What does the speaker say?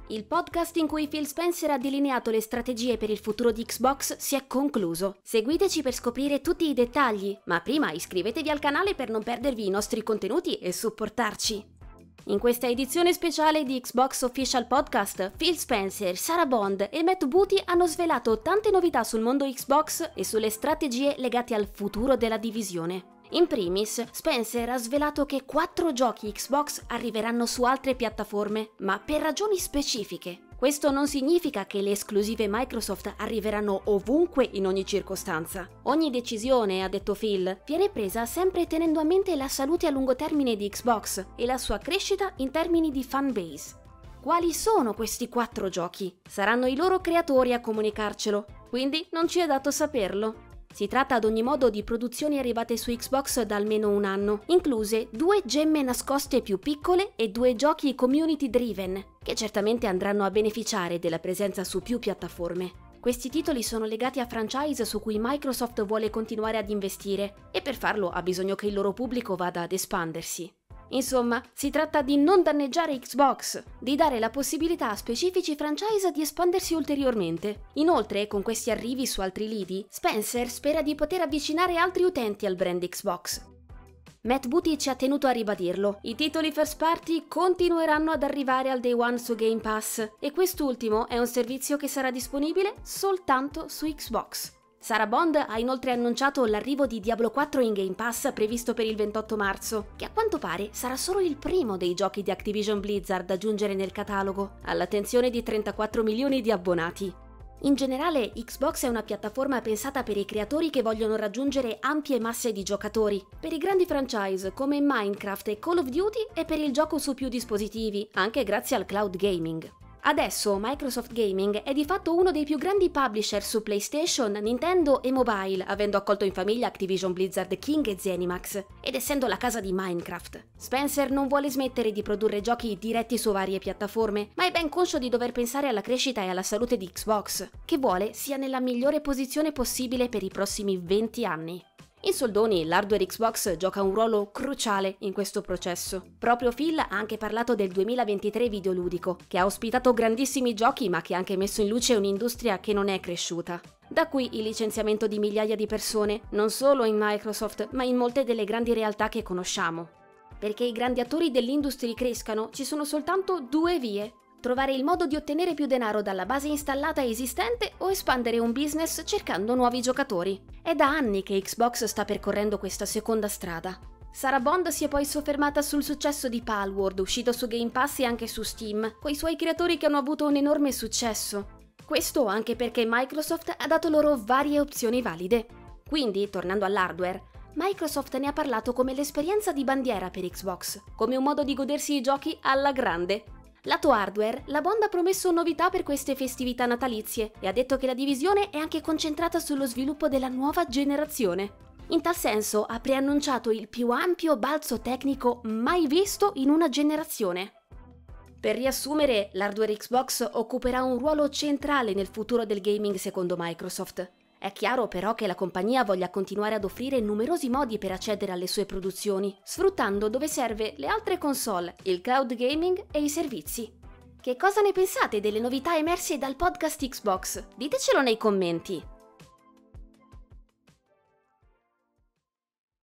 Il podcast in cui Phil Spencer ha delineato le strategie per il futuro di Xbox si è concluso. Seguiteci per scoprire tutti i dettagli, ma prima iscrivetevi al canale per non perdervi i nostri contenuti e supportarci. In questa edizione speciale di Xbox Official Podcast, Phil Spencer, Sarah Bond e Matt Booty hanno svelato tante novità sul mondo Xbox e sulle strategie legate al futuro della divisione. In primis, Spencer ha svelato che 4 giochi Xbox arriveranno su altre piattaforme, ma per ragioni specifiche. Questo non significa che le esclusive Microsoft arriveranno ovunque in ogni circostanza. Ogni decisione, ha detto Phil, viene presa sempre tenendo a mente la salute a lungo termine di Xbox e la sua crescita in termini di fanbase. Quali sono questi 4 giochi? Saranno i loro creatori a comunicarcelo, quindi non ci è dato saperlo. Si tratta ad ogni modo di produzioni arrivate su Xbox da almeno un anno, incluse 2 gemme nascoste più piccole e 2 giochi community driven, che certamente andranno a beneficiare della presenza su più piattaforme. Questi titoli sono legati a franchise su cui Microsoft vuole continuare ad investire, e per farlo ha bisogno che il loro pubblico vada ad espandersi. Insomma, si tratta di non danneggiare Xbox, di dare la possibilità a specifici franchise di espandersi ulteriormente. Inoltre, con questi arrivi su altri lidi, Spencer spera di poter avvicinare altri utenti al brand Xbox. Matt Booty ci ha tenuto a ribadirlo. I titoli first party continueranno ad arrivare al day one su Game Pass, e quest'ultimo è un servizio che sarà disponibile soltanto su Xbox. Sarah Bond ha inoltre annunciato l'arrivo di Diablo 4 in Game Pass previsto per il 28 marzo, che a quanto pare sarà solo il primo dei giochi di Activision Blizzard da aggiungere nel catalogo, all'attenzione di 34 milioni di abbonati. In generale, Xbox è una piattaforma pensata per i creatori che vogliono raggiungere ampie masse di giocatori, per i grandi franchise come Minecraft e Call of Duty e per il gioco su più dispositivi, anche grazie al cloud gaming. Adesso Microsoft Gaming è di fatto uno dei più grandi publisher su PlayStation, Nintendo e mobile, avendo accolto in famiglia Activision Blizzard King e Zenimax, ed essendo la casa di Minecraft. Spencer non vuole smettere di produrre giochi diretti su varie piattaforme, ma è ben conscio di dover pensare alla crescita e alla salute di Xbox, che vuole sia nella migliore posizione possibile per i prossimi 20 anni. In soldoni, l'hardware Xbox gioca un ruolo cruciale in questo processo. Proprio Phil ha anche parlato del 2023 videoludico, che ha ospitato grandissimi giochi ma che ha anche messo in luce un'industria che non è cresciuta. Da qui il licenziamento di migliaia di persone, non solo in Microsoft, ma in molte delle grandi realtà che conosciamo. Perché i grandi attori dell'industria crescano, ci sono soltanto 2 vie: trovare il modo di ottenere più denaro dalla base installata esistente o espandere un business cercando nuovi giocatori. È da anni che Xbox sta percorrendo questa seconda strada. Sarah Bond si è poi soffermata sul successo di Palworld, uscito su Game Pass e anche su Steam, coi suoi creatori che hanno avuto un enorme successo. Questo anche perché Microsoft ha dato loro varie opzioni valide. Quindi, tornando all'hardware, Microsoft ne ha parlato come l'esperienza di bandiera per Xbox, come un modo di godersi i giochi alla grande. Lato hardware, la Bond ha promesso novità per queste festività natalizie e ha detto che la divisione è anche concentrata sullo sviluppo della nuova generazione. In tal senso ha preannunciato il più ampio balzo tecnico mai visto in una generazione. Per riassumere, l'hardware Xbox occuperà un ruolo centrale nel futuro del gaming secondo Microsoft. È chiaro però che la compagnia voglia continuare ad offrire numerosi modi per accedere alle sue produzioni, sfruttando dove serve le altre console, il cloud gaming e i servizi. Che cosa ne pensate delle novità emerse dal podcast Xbox? Ditecelo nei commenti!